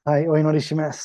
はい、お祈りします。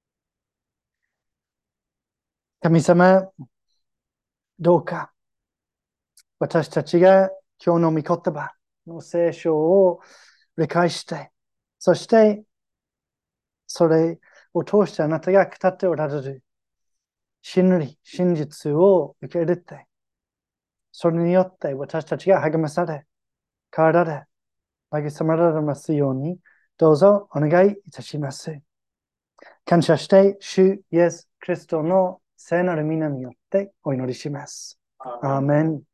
神様、どうか私たちが今日の御言葉の聖書を理解して、そしてそれを通してあなたが語っておられる真理、真実を受け入れて、それによって私たちが励まされ、変わられ、慰められますように、どうぞお願いいたします。感謝して、主イエス・キリストの聖なる皆によってお祈りします。アーメン。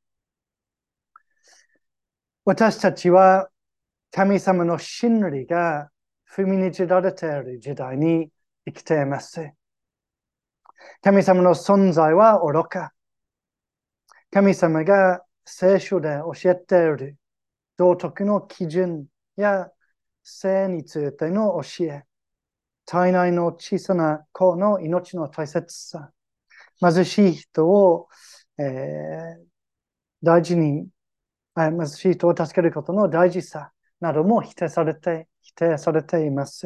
私たちは神様の真理が踏みにじられている時代に生きています。神様の存在は愚か。神様が聖書で教えている道徳の基準や性についての教え、体内の小さな子の命の大切さ、貧しい人を、大事に、貧しい人を助けることの大事さなども否定されています。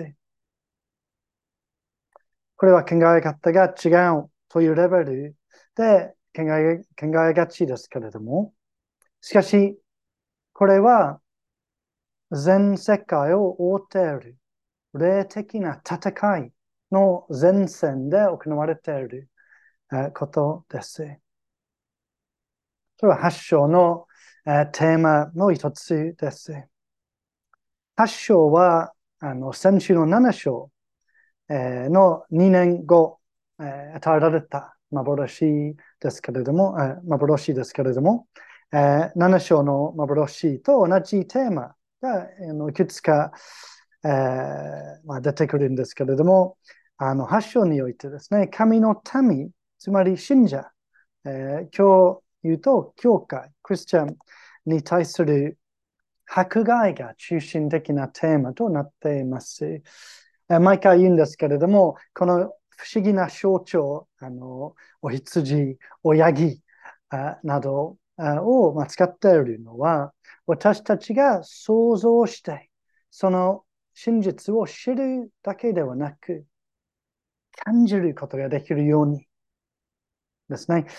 これは考え方が違うというレベルで考えがちですけれども、しかし、これは全世界を覆っている霊的な戦いの前線で行われていることです。それは8章のテーマの一つです。8章は先週の7章の2年後、与えられた幻ですけれども、7章の幻と同じテーマがいくつか、出てくるんですけれども、8章においてですね、神の民、つまり信者、今日言うと教会、クリスチャンに対する迫害が中心的なテーマとなっています。毎回言うんですけれども、この不思議な象徴、お羊、おヤギなどを使っているのは、私たちが想像して、その真実を知るだけではなく、感じることができるようにですね。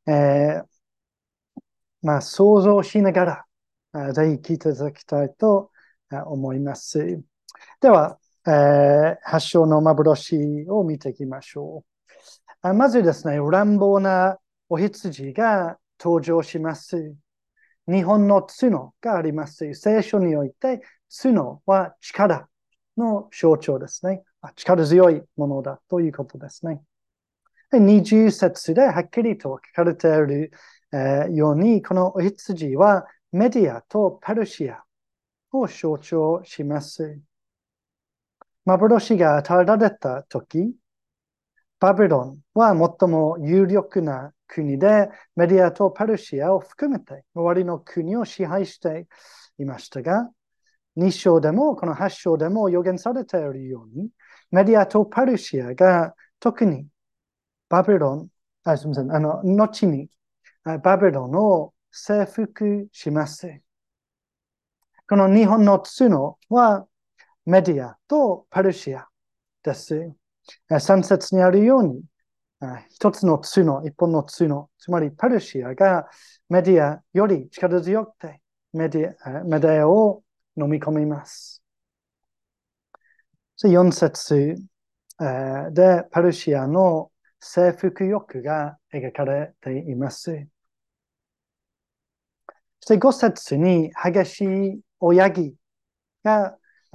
想像しながら、ぜひ聞いていただきたいと思います。では、発祥の幻を見ていきましょう。まずですね、乱暴なお羊が登場します。日本の角があります。聖書において角は力の象徴ですね。力強いものだということですね。20節ではっきりと書かれているように、このお羊はメディアとパルシアを象徴します。幻が与えられたとき、バビロンは最も有力な国で、メディアとパルシアを含めて周りの国を支配していましたが、2章でもこの8章でも予言されているように、メディアとパルシアが特にバビロン、すみません、後にバビロンを征服します。この日本の角はメディアとパルシアです。3節にあるように、一つの角、一本の角、つまりパルシアがメディアより力強くてメディアを飲み込みます。4節でパルシアの征服欲が描かれています。そして5節に激しい親木が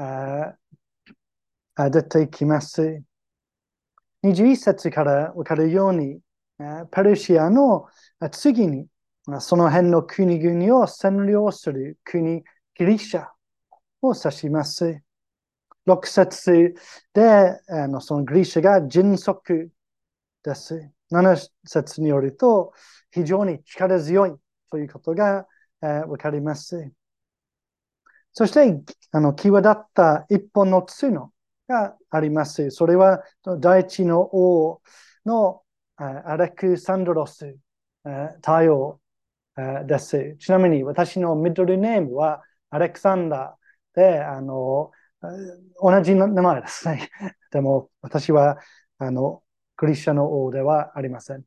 出てきます。21節から分かるように、パルシアの次にその辺の国々を占領する国、ギリシャを指します。6節でそのギリシャが迅速です。7節によると非常に力強いということが分かります。そして、際立った一本の角があります。それは、第一の王のアレクサンドロス大王です。ちなみに、私のミドルネームはアレクサンダーで、 同じ名前ですね。でも、私は、クリスチャンの王ではありません。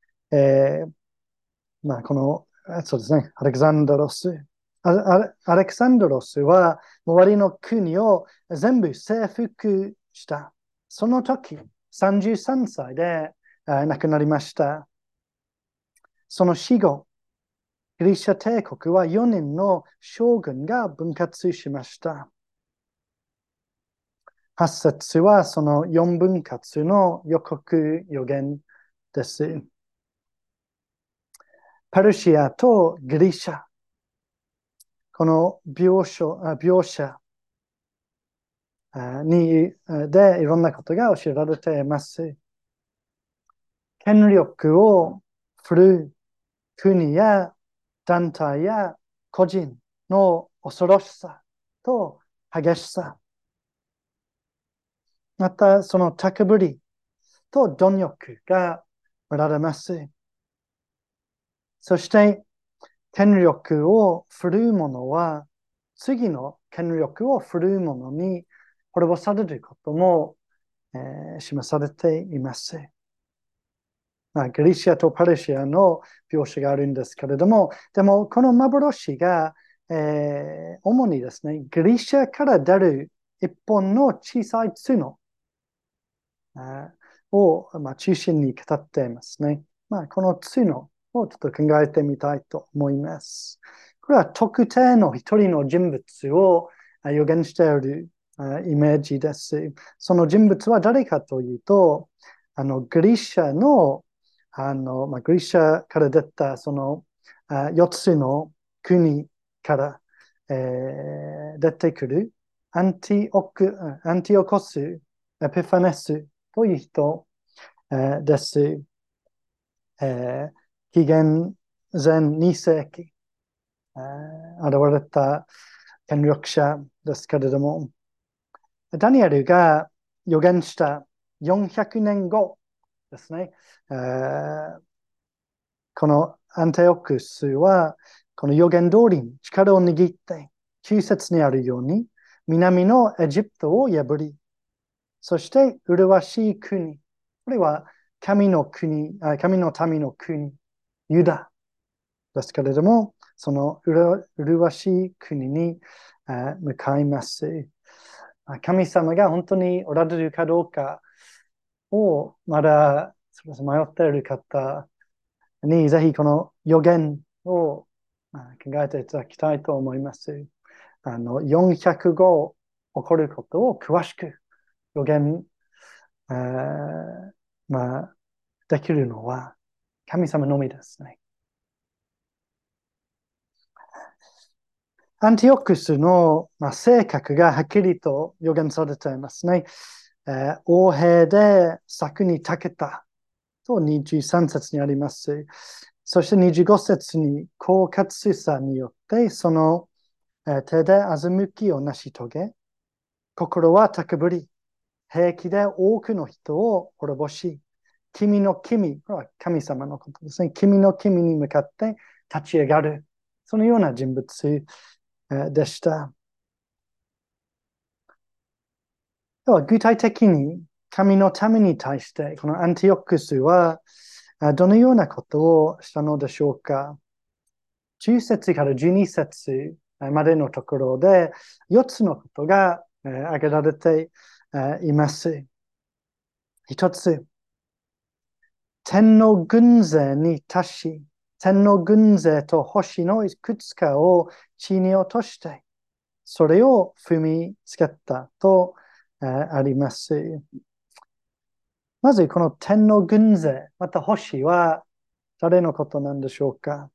この、そうですね、アレクサンドロス。アレクサンドロスは、周りの国を全部征服した。その時、33歳で亡くなりました。その死後、ギリシャ帝国は4人の将軍が分割しました。8節はその4分割の予告予言です。パルシアとギリシャ、この描写でいろんなことが教えられています。権力を振る国や団体や個人の恐ろしさと激しさ、またその高ぶりと貪欲が見られます。そして権力を振るう者は次の権力を振るう者に滅ぼされることも、示されています。ギリシアとパルシアの描写があるんですけれども、でもこの幻が、主にですね、ギリシアから出る一本の小さい角を、中心に語っていますね。この角をちょっと考えてみたいと思います。これは特定の一人の人物を予言しているイメージです。その人物は誰かというと、ギリシャの、ギリシャから出たその4つの国から、出てくるアンティオコス・エピファネスという人、です。紀元前2世紀、現れた権力者ですけれども、ダニエルが予言した400年後ですね、このアンテオクスは、この予言通りに力を握って、9節にあるように、南のエジプトを破り、そして麗しい国、これは神の国、神の民の国、ユダですけれども、その麗しい国に向かいます。神様が本当におられるかどうかをまだ迷っている方にぜひこの予言を考えていただきたいと思います。400後起こることを詳しく予言、できるのは神様のみですね。アンティオクスの、性格がはっきりと予言されていますね。横兵で策に長けたと23節にあります。そして25節に狡猾さによってその手で欺きを成し遂げ、心は高ぶり、平気で多くの人を滅ぼし、君の君、これは神様のことですね。君の君に向かって立ち上がる。そのような人物でした。では具体的に神のために対して、このアンティオクスはどのようなことをしたのでしょうか。10節から12節までのところで4つのことが挙げられています。一つ、天の軍勢に達し、天の軍勢と星のいくつかを地に落として、それを踏みつけたとあります。まずこの天の軍勢、また星は誰のことなんでしょうか。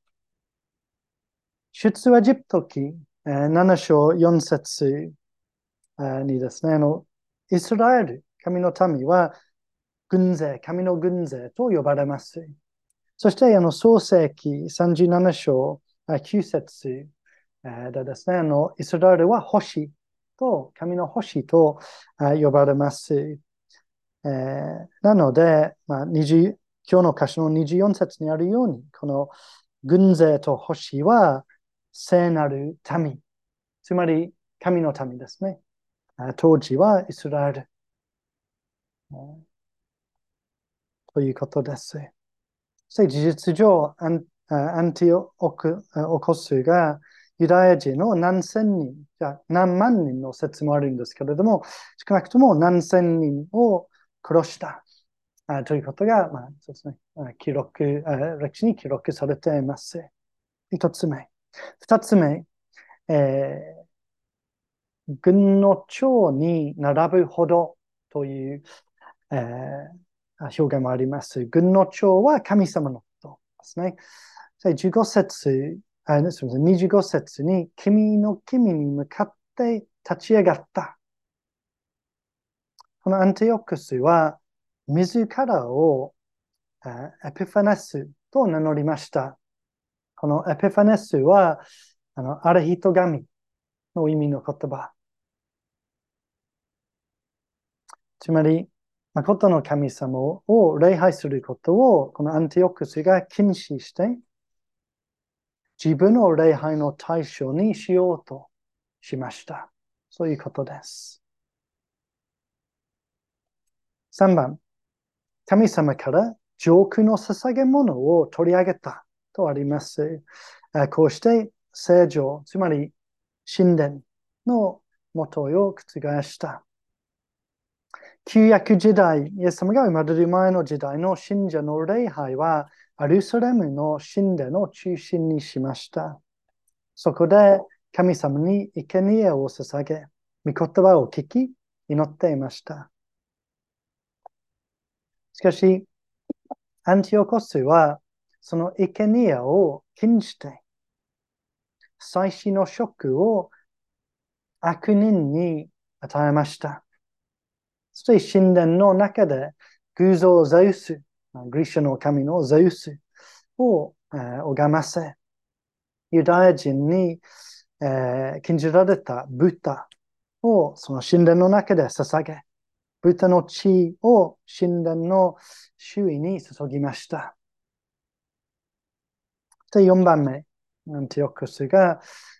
出エジプト記7章4節にですね、イスラエル、神の民は軍勢、神の軍勢と呼ばれます。そして、創世記37章9節でですね、イスラエルは星と、神の星と呼ばれます。なので、今日の箇所の24節にあるように、この軍勢と星は聖なる民、つまり神の民ですね。 当時はイスラエルということです。そして事実上、アンティオコスがユダヤ人の何千人、何万人の説もあるんですけれども、少なくとも何千人を殺したということが、そうですね、歴史に記録されています。一つ目。二つ目、軍の長に並ぶほどという、表現もあります。軍の長は神様のことですね。15節、25節に、君の君に向かって立ち上がった。このアンティオクスは、自らをエピファネスと名乗りました。このエピファネスは、アラヒト神の意味の言葉。つまり、誠の神様を礼拝することを、このアンティオクスが禁止して、自分を礼拝の対象にしようとしました。そういうことです。3番、神様から上空の捧げ物を取り上げたとあります。こうして聖女、つまり神殿の元を覆した。旧約時代、イエス様が生まれる前の時代の信者の礼拝は、アルサレムの神殿を中心にしました。そこで神様に生贄を捧げ、御言葉を聞き、祈っていました。しかし、アンティオコスは、その生贄を禁じて、祭司の職を悪人に与えました。そして神殿の中で偶像ゼウス、グリシャの神のゼウスを拝ませ、ユダヤ人に禁じられた豚をその神殿の中で捧げ、豚の血を神殿の周囲に注ぎました。で、4番目、アンティオコスが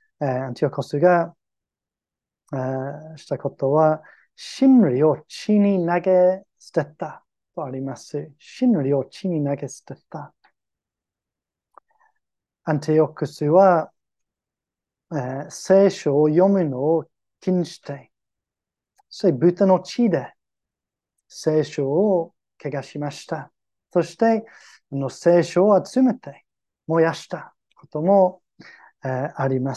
したことは、真理を地に投げ捨てたとあります。真理を地に投げ捨てた。アンティオクスは、聖書を読むのを禁じて、そして豚の血で聖書を汚しました。そして、聖書を集めて燃やしたことも、あります。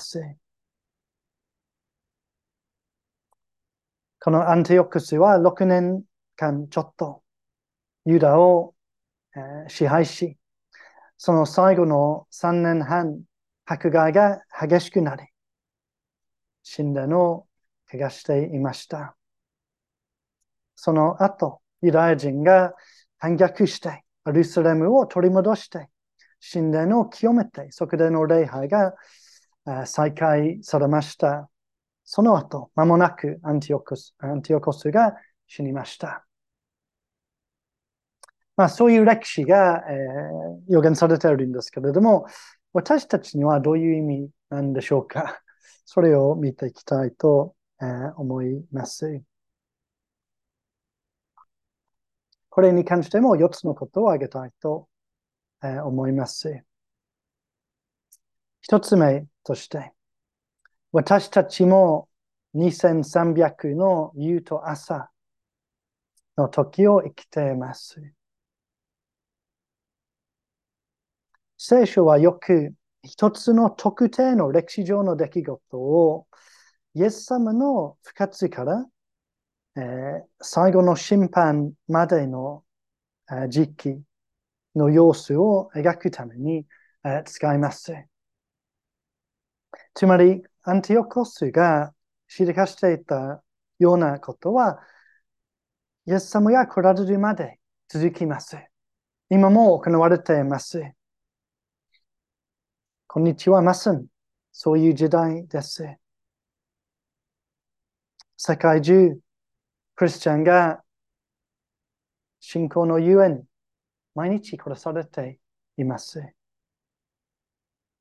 このアンティオクスは6年間ちょっとユダを、支配し、その最後の3年半、迫害が激しくなり、神殿を汚していました。その後、ユダヤ人が反逆して、エルサレムを取り戻して、神殿を清めて、そこでの礼拝が再開されました。その後、間もなくアンティオコスが死にました。そういう歴史が、予言されているんですけれども、私たちにはどういう意味なんでしょうか。それを見ていきたいと、思います。これに関しても4つのことを挙げたいと、思います。1つ目として、私たちも2300の夕と朝の時を生きています。聖書はよく一つの特定の歴史上の出来事をイエス様の復活から、最後の審判までの、時期の様子を描くために、使います。つまり、アンティオコスが知りかしていたようなことは、イエス様が来られるまで続きます。今も行われています。こんにちは、まさにそういう時代です。世界中、クリスチャンが信仰のゆえに毎日殺されています。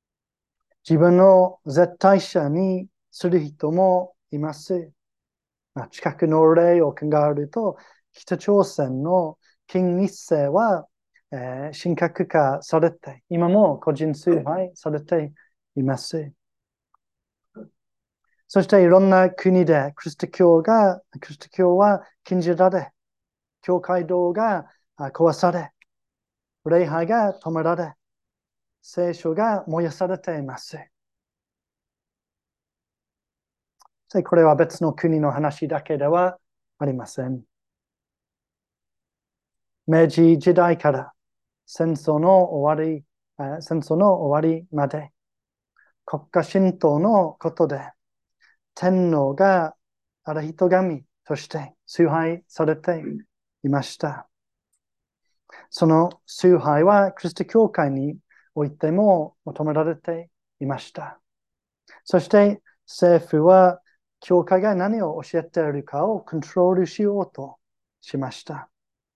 自分の絶対者にする人もいます。 近くの例を考えると、北朝鮮の金日成は、神格化されて、今も個人崇拝されています。そしていろんな国でキリスト教は禁じられ、教会堂が壊され、礼拝が止められ、聖書が燃やされています。これは別の国の話だけではありません。明治時代から戦争の終わりまで、国家神道のことで、天皇が荒人神として崇拝されていました。その崇拝はキリスト教会においても求められていました。そして政府は教会が何を教えているかをコントロールしようとしました。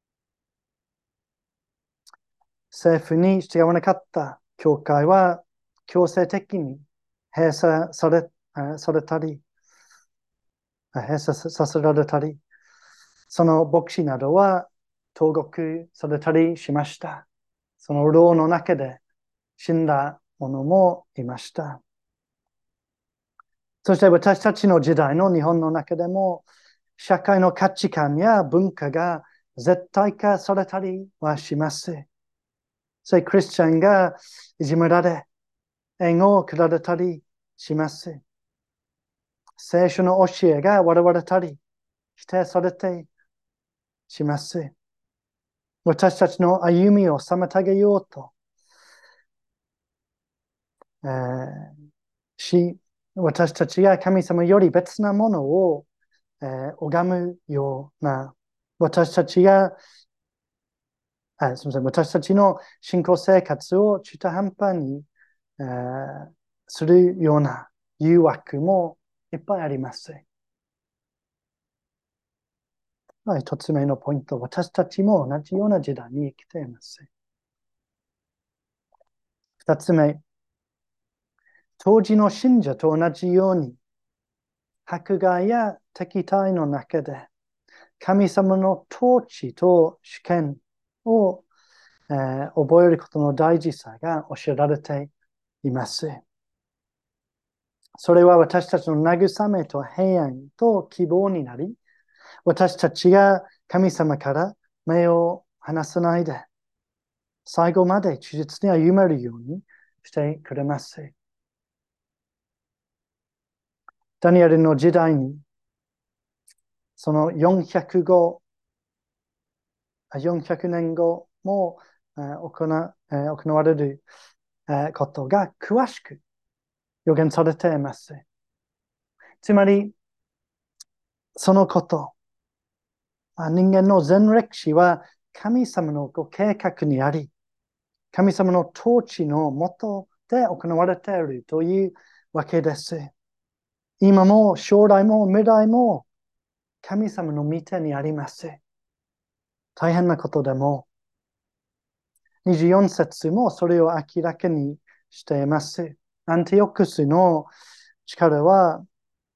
政府に従わなかった教会は強制的に閉鎖されたり、閉鎖させられたり、その牧師などは投獄されたりしました。その牢の中で死んだ者もいました。そして私たちの時代の日本の中でも、社会の価値観や文化が絶対化されたりはします。クリスチャンがいじめられ、縁を送られたりします。聖書の教えが笑われたり、否定されてします。私たちの歩みを妨げようと、私たちが神様より別なものを、拝むような、私たちが、すみません、私たちの信仰生活を中途半端に、するような誘惑もいっぱいあります。一つ目のポイント、私たちも同じような時代に生きています。二つ目、当時の信者と同じように、迫害や敵対の中で、神様の統治と主権を、覚えることの大事さが教えられています。それは私たちの慰めと平安と希望になり、私たちが神様から目を離さないで、最後まで忠実に歩めるようにしてくれます。ダニエルの時代に、その400年後も行われることが詳しく予言されています。つまり、そのこと、人間の全歴史は神様のご計画にあり、神様の統治のもとで行われているというわけです。今も将来も未来も神様の御手にあります。大変なことでも、24節もそれを明らかにしています。アンティオクスの力は、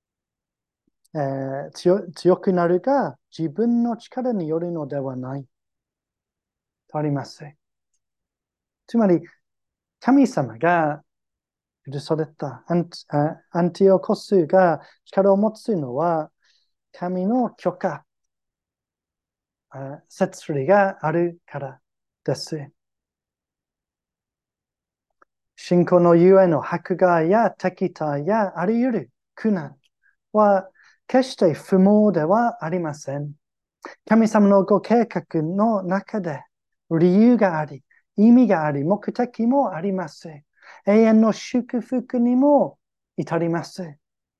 強くなるが自分の力によるのではないとあります。つまり、神様が許されたアンティオコスが力を持つのは神の許可、摂理があるからです。信仰のゆえの迫害や敵対やあらゆる苦難は決して不毛ではありません。神様のご計画の中で理由があり、意味があり、目的もあります。永遠の祝福にも至ります。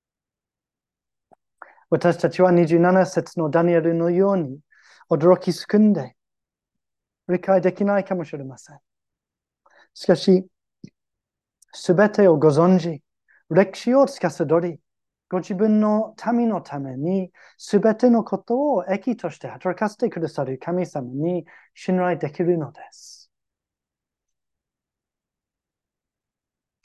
私たちは27節のダニエルのように驚きすくんで理解できないかもしれません。しかし、すべてをご存知、歴史を司り、ご自分の民のためにすべてのことを益として働かせてくださる神様に信頼できるのです。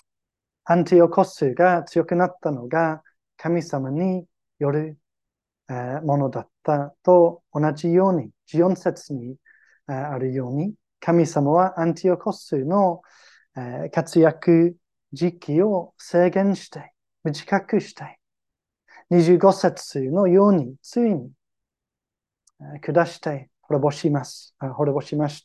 アンティオコスが強くなったのが神様によるものだったと同じように、14節にあるように、神様はアンティオコスの活躍時期を制限して、短くして、25節のように、ついに下して滅ぼしました。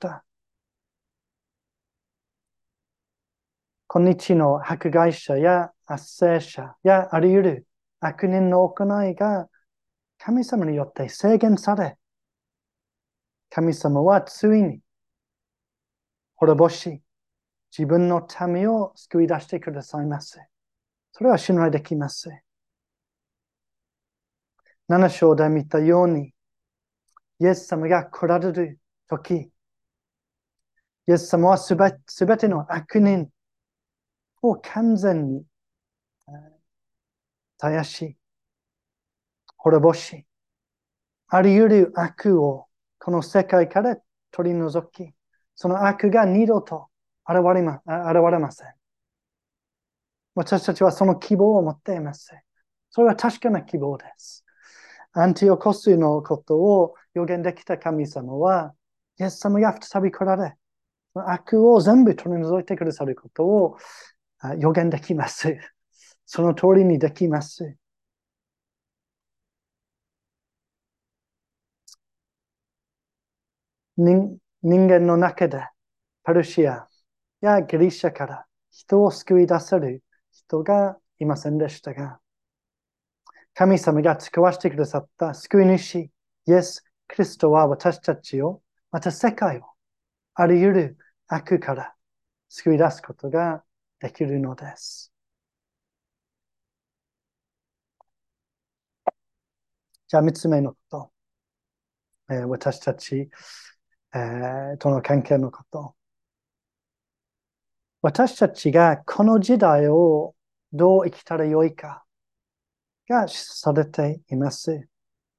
今日の迫害者や圧政者やあり得る悪人の行いが神様によって制限され、神様はついに滅ぼし、自分の民を救い出してくださいます。それは信頼できます。7章で見たように、イエス様が来られるとき、イエス様はすべての悪人を完全に絶やし、滅ぼし、あり得る悪をこの世界から取り除き、その悪が二度と現れません。私たちはその希望を持っています。それは確かな希望です。アンティオコスのことを予言できた神様は、イエス様が再び来られ、悪を全部取り除いてくださることを予言できます。その通りにできます。人間の中でパルシアやギリシャから人を救い出せる人がいませんでしたが、神様が使わせてくださった救い主、イエス・キリストは私たちを、また世界をあり得る悪から救い出すことができるのです。じゃあ3つ目のこと。私たち、との関係のこと。私たちがこの時代をどう生きたらよいかがされています。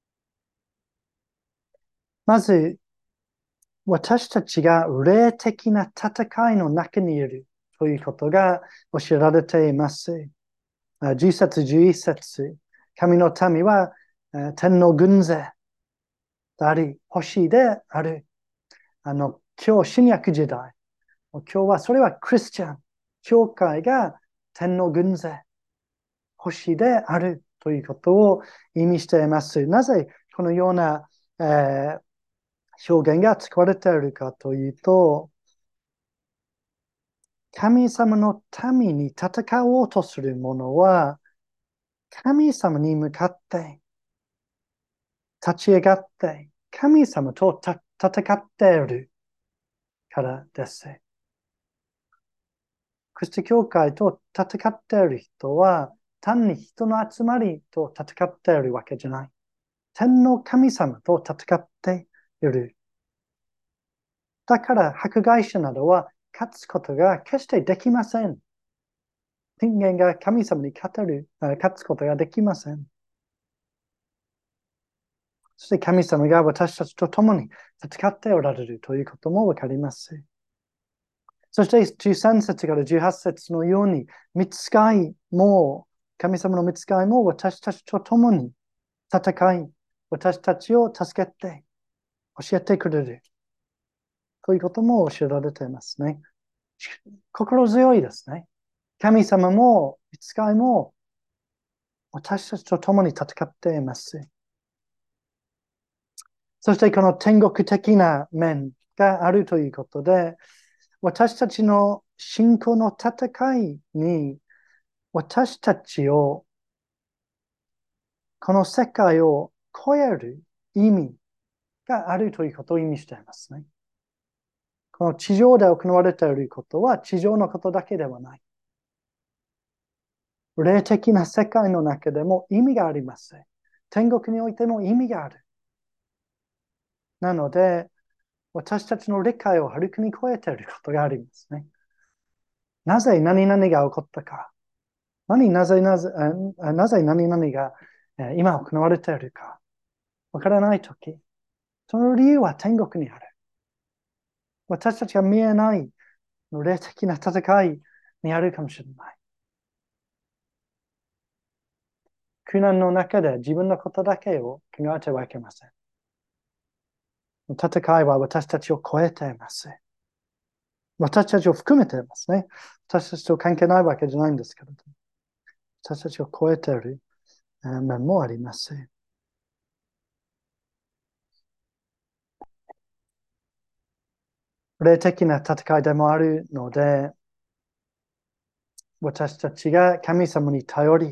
まず、私たちが霊的な戦いの中にいるということが教えられています。10節、11節、神の民は天の軍勢であり、星である。今日、新約時代。今日はそれはクリスチャン。教会が天の軍勢、星であるということを意味しています。なぜこのような、表現が使われているかというと、神様のために戦おうとする者は、神様に向かって立ち上がって、神様と戦っているからです。クリスト教会と戦っている人は、単に人の集まりと戦っているわけじゃない。天の神様と戦っている。だから迫害者などは勝つことが決してできません。人間が神様に勝つことができません。そして神様が私たちと共に戦っておられるということもわかります。そして13節から18節のように、神様の御使いも私たちと共に戦い、私たちを助けて教えてくれるということも教えられていますね。心強いですね。神様も御使いも私たちと共に戦っています。そしてこの天国的な面があるということで、私たちの信仰の戦いに私たちをこの世界を超える意味があるということを意味していますね。この地上で行われていることは地上のことだけではない。霊的な世界の中でも意味があります。天国においても意味がある。なので、私たちの理解をはるかに超えていることがありますね。なぜ何々が起こったか。なぜ何々が今行われているか。わからないとき、その理由は天国にある。私たちが見えない霊的な戦いにあるかもしれない。 苦難の中で自分のことだけを考えてはいけません。戦いは私たちを超えています。私たちを含めていますね。私たちと関係ないわけじゃないんですけれども、私たちを超えている面もあります。霊的な戦いでもあるので、私たちが神様に頼り、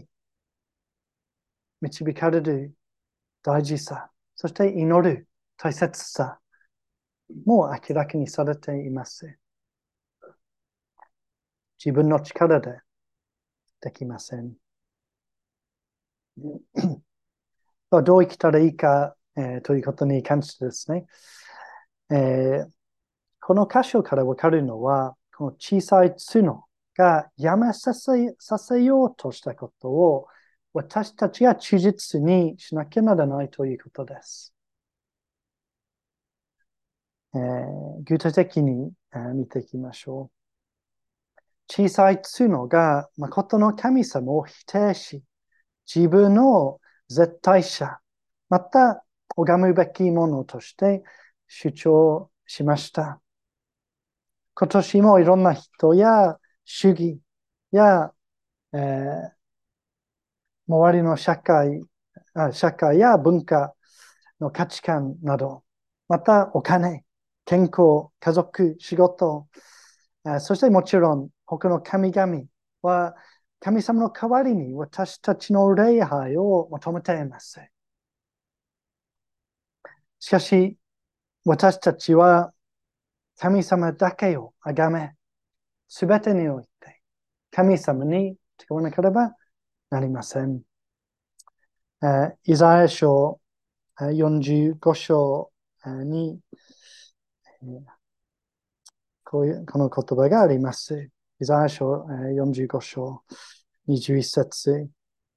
導かれる大事さ、そして祈る大切さも明らかにされています。自分の力でできません。どう生きたらいいか、ということに関してですね、この箇所からわかるのは、この小さい角がやめさせようとしたことを私たちが忠実にしなきゃならないということです。具体的に、見ていきましょう。小さい角が誠の神様を否定し、自分の絶対者、また拝むべきものとして主張しました。今年もいろんな人や主義や、周りの社会や文化の価値観など、またお金、健康、家族、仕事、そしてもちろん他の神々は神様の代わりに私たちの礼拝を求めています。しかし私たちは神様だけを崇め、すべてにおいて神様に使わなければなりません。イザヤ書45章にこの言葉があります。イザヤ書45章21節、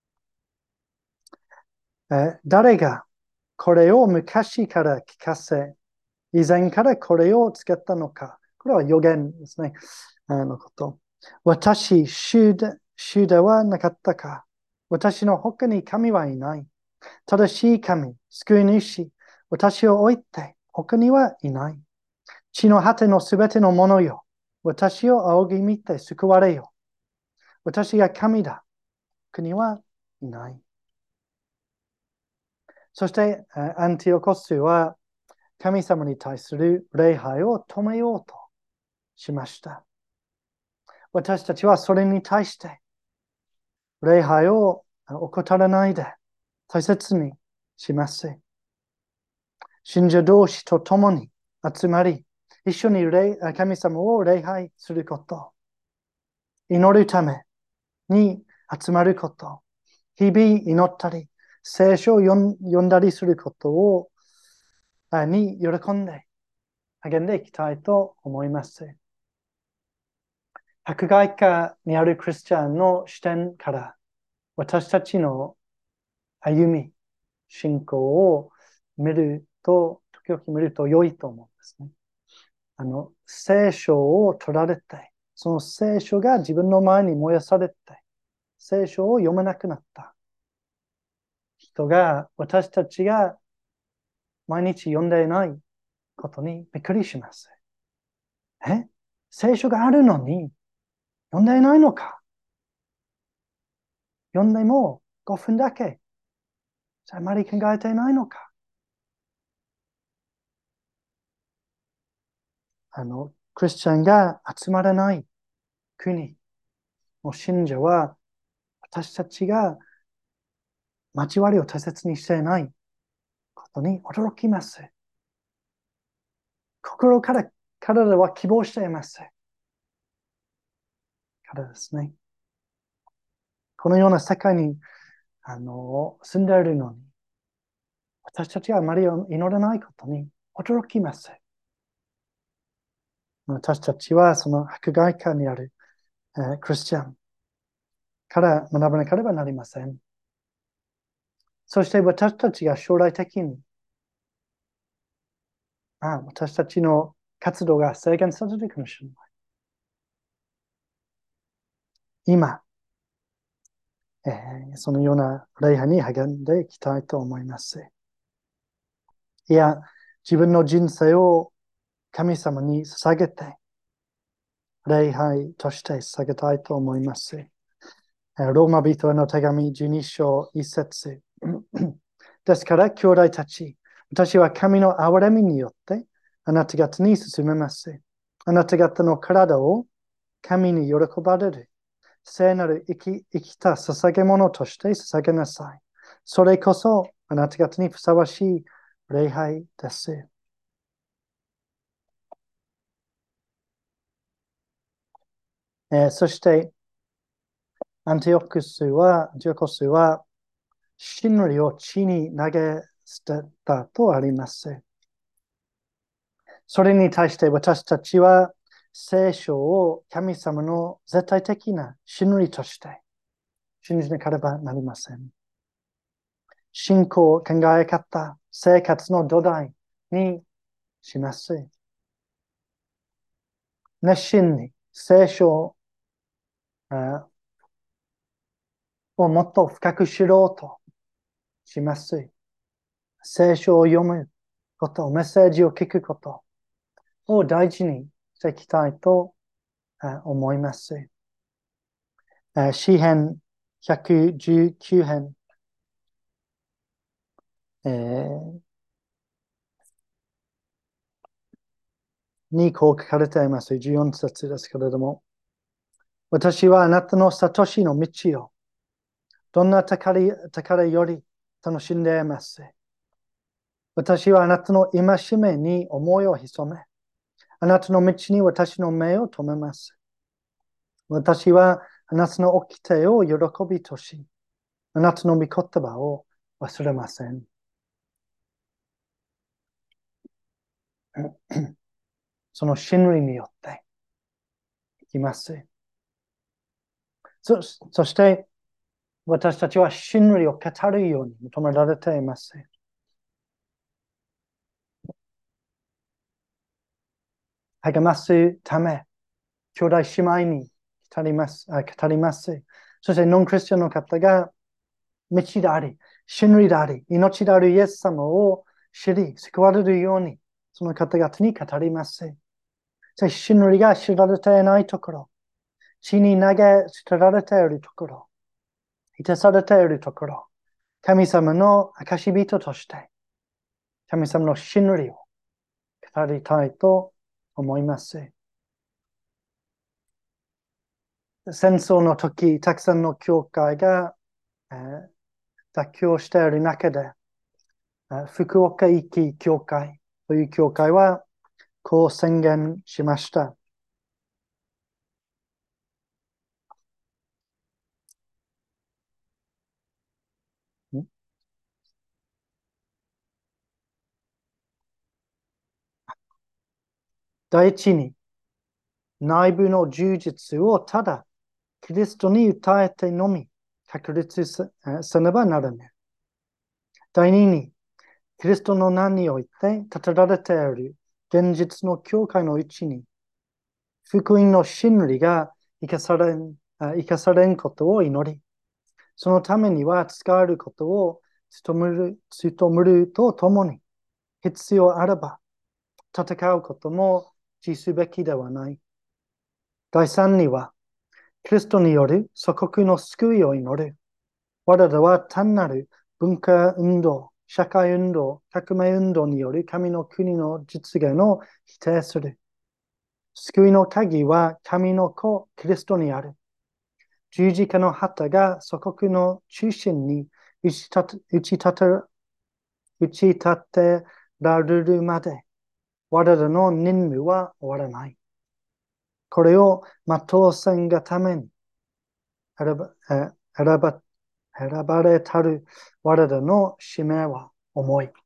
誰がこれを昔から聞かせ、以前からこれをつけたのか。これは予言ですね。のこと。私、主ではなかったか。私の他に神はいない。正しい神、救い主、私を置いて他にはいない。地の果てのすべてのものよ。私を仰ぎ見て救われよ。私が神だ。国はいない。そして、アンティオコスは神様に対する礼拝を止めようとしました。私たちはそれに対して礼拝を怠らないで大切にします。信者同士と共に集まり、一緒に神様を礼拝すること、祈るために集まること、日々祈ったり、聖書を読んだりすることに喜んで励んでいきたいと思います。迫害下にあるクリスチャンの視点から私たちの歩み、信仰を時々見ると良いと思うんですね。聖書を取られて、その聖書が自分の前に燃やされて、聖書を読めなくなった人が、私たちが毎日読んでいないことにびっくりします。聖書があるのに読んでいないのか？読んでも5分だけ。あまり考えていないのか？クリスチャンが集まらない国の信者は、私たちが交わりを大切にしていないことに驚きます。心から彼らは希望しています。からですね。このような世界に住んでいるのに、私たちはあまり祈らないことに驚きます。私たちはその迫害下にある、クリスチャンから学ばなければなりません。そして私たちが将来的に、私たちの活動が制限されるかもしれない。今、 そのような礼拝に励んでいきたいと思います。いや、自分の人生を神様に捧げて、礼拝として捧げたいと思います。ローマ人への手紙12章1節ですから、兄弟たち、私は神の憐れみによってあなた方に進めます。あなた方の体を神に喜ばれる聖なる生きた捧げ物として捧げなさい。それこそあなた方にふさわしい礼拝です。そして、アンティオコスは、真理を地に投げ捨てたとあります。それに対して私たちは、聖書を神様の絶対的な真理として信じなければなりません。信仰、考え方、生活の土台にします。熱心に聖書をもっと深く知ろうとします。聖書を読むこと、メッセージを聞くことを大事にしていきたいと思います。詩編119編、にこう書かれています。14節ですけれども、私はあなたの悟しの道をどんな宝より楽しんでいます。私はあなたの戒めに思いを潜め、あなたの道に私の目を留めます。私はあなたの掟を喜びとし、あなたの御言葉を忘れません。その真理によっていきます。そして私たちは真理を語るように求められています。励ますため、兄弟姉妹に語ります。そしてノンクリスチャンの方が道であり、真理であり、命であるイエス様を知り、救われるように、その方々に語ります。そして真理が知られていないところ、地に投げ捨てられているところ、いたされているところ、神様の証人として、神様の真理を語りたいと思います。戦争の時、たくさんの教会が、妥協している中で、福岡行き教会という教会は、こう宣言しました。第一に、内部の充実をただキリストに訴えてのみ確立せねばならない。第二に、キリストの名において立てられている現実の教会のうちに、福音の真理が生かされんことを祈り、そのためには使われることを努めるとともに、必要あれば戦うことも辞すべきではない。第三には、キリストによる祖国の救いを祈る。我らは単なる文化運動、社会運動、革命運動による神の国の実現を否定する。救いの鍵は神の子、キリストにある。十字架の旗が祖国の中心に打ち立てられるまで、我らの任務は終わらない。これを全うせんがために選ば選ば選ばれたる我らの使命は重い。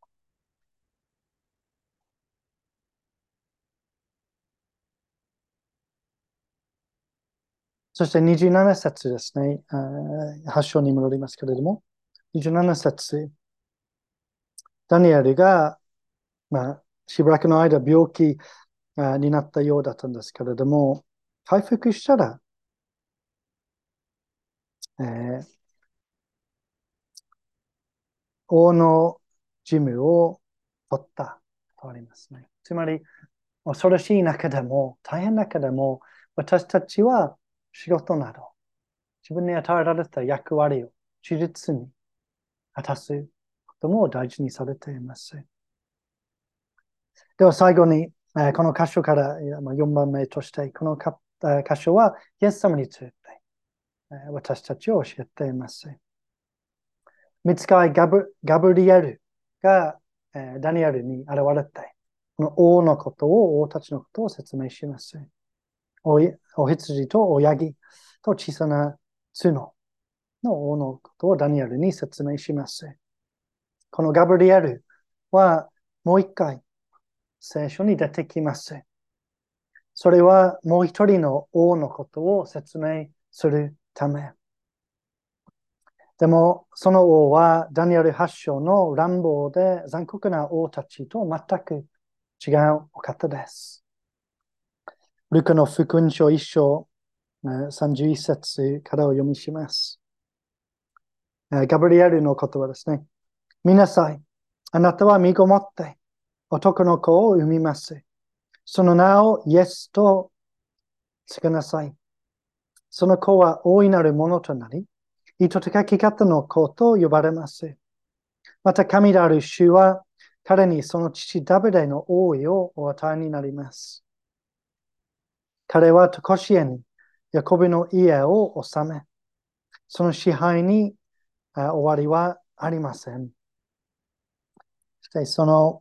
そして27節ですね。発祥に戻りますけれども、27節、ダニエルが、しばらくの間病気になったようだったんですけれども、回復したら、えー王の事務を取ったとありますね。つまり、恐ろしい中でも、大変な中でも、私たちは仕事など、自分に与えられた役割を忠実に果たすことも大事にされています。では最後に、この箇所から4番目として、この箇所はイエス様について私たちを教えています。見つかいガブリエルがダニエルに現れて、この王のことを、王たちのことを説明します。お羊とおヤギと小さな角の王のことをダニエルに説明します。このガブリエルはもう一回聖書に出てきます。それはもう一人の王のことを説明するため。でも、その王はダニエル8章の乱暴で残酷な王たちと全く違うお方です。ルカの福音書1章31節からお読みします。ガブリエルの言葉ですね。見なさい。あなたは身ごもって男の子を産みます。その名をイエスとつけなさい。その子は大いなるものとなり、意図的き方の子と呼ばれます。また神である主は彼にその父ダビデの王位をお与えになります。彼はとこしえにヤコブの家を治め、その支配に終わりはありません。そしてその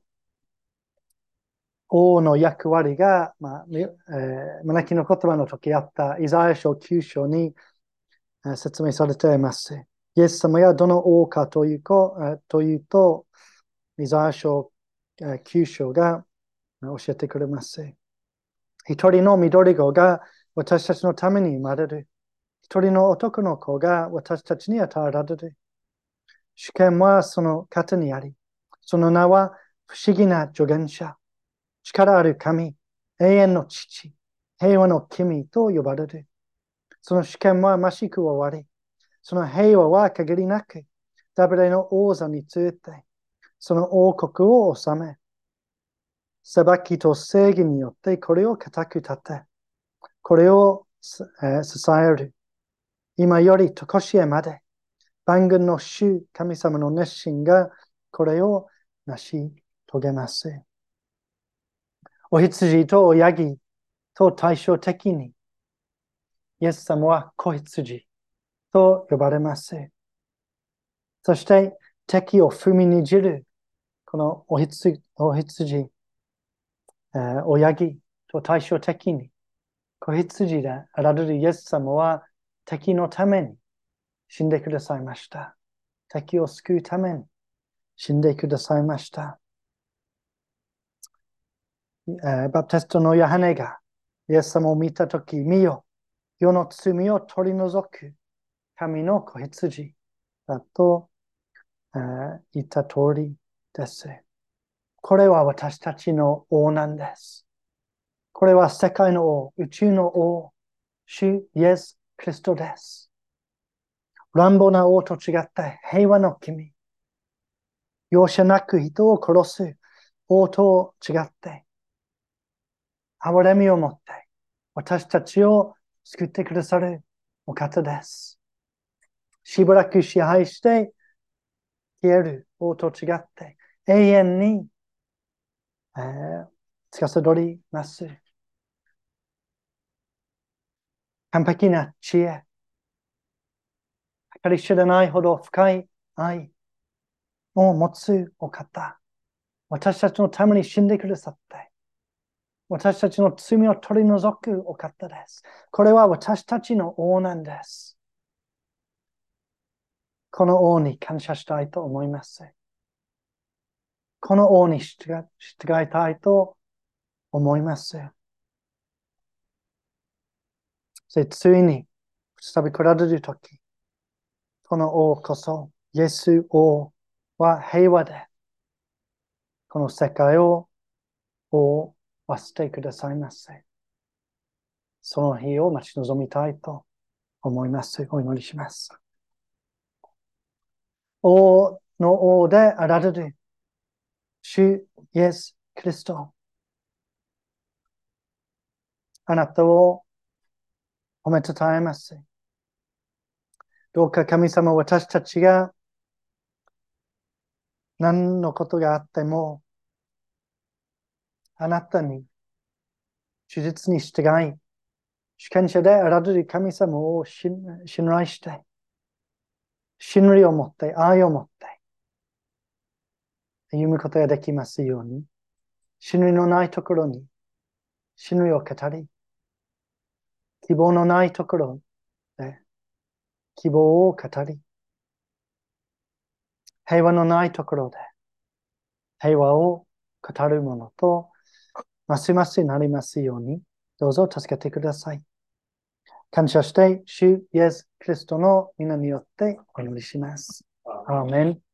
王の役割が、招きの言葉の時あったイザヤ書9章に説明されています。イエス様がどの王かというと、イザヤ書9章が教えてくれます。一人の緑子が私たちのために生まれる。一人の男の子が私たちに与えられる。主権はその方にあり、その名は不思議な助言者、力ある神、永遠の父、平和の君と呼ばれる。その主権はましく終わり、その平和は限りなく、ダビデの王座について、その王国を治め、裁きと正義によってこれを固く立て、これを支える。今よりとこしえまで、万軍の主、神様の熱心がこれを成し遂げます。お羊とおヤギと対照的に、イエス様は子羊と呼ばれます。そして敵を踏みにじる、このお羊、おヤギと対照的に、子羊であられるイエス様は敵のために死んでくださいました。敵を救うために死んでくださいました。バプテストのヨハネがイエス様を見たとき、見よ、世の罪を取り除く神の子羊だと、言った通りです。これは私たちの王なんです。これは世界の王、宇宙の王、主イエス・キリストです。乱暴な王と違って平和の君、容赦なく人を殺す王と違って、憐れみを持って私たちを救ってくださるお方です。しばらく支配して消える王と違って永遠に、司ります。完璧な知恵、計り知れないほど深い愛を持つお方。私たちのために死んでくださって、私たちの罪を取り除くお方です。これは私たちの王なんです。この王に感謝したいと思います。この王に従いたいと思います。ついに再び来られるとき、この王こそ、イエス王は平和で、この世界を覆わせてくださいませ。その日を待ち望みたいと思います。お祈りします。王の王であられる主イエス・キリスト。あなたを褒めたたえます。どうか神様、私たちが何のことがあっても、あなたに忠実に従い、主権者であられる神様を信頼して、信頼を持って、愛を持って、歩むことができますように、信頼のないところに信頼を語り、希望のないところで希望を語り、平和のないところで平和を語るものと、ますますなりますように、どうぞ助けてください。感謝して、主イエス・キリストの皆によってお祈りします。アーメン。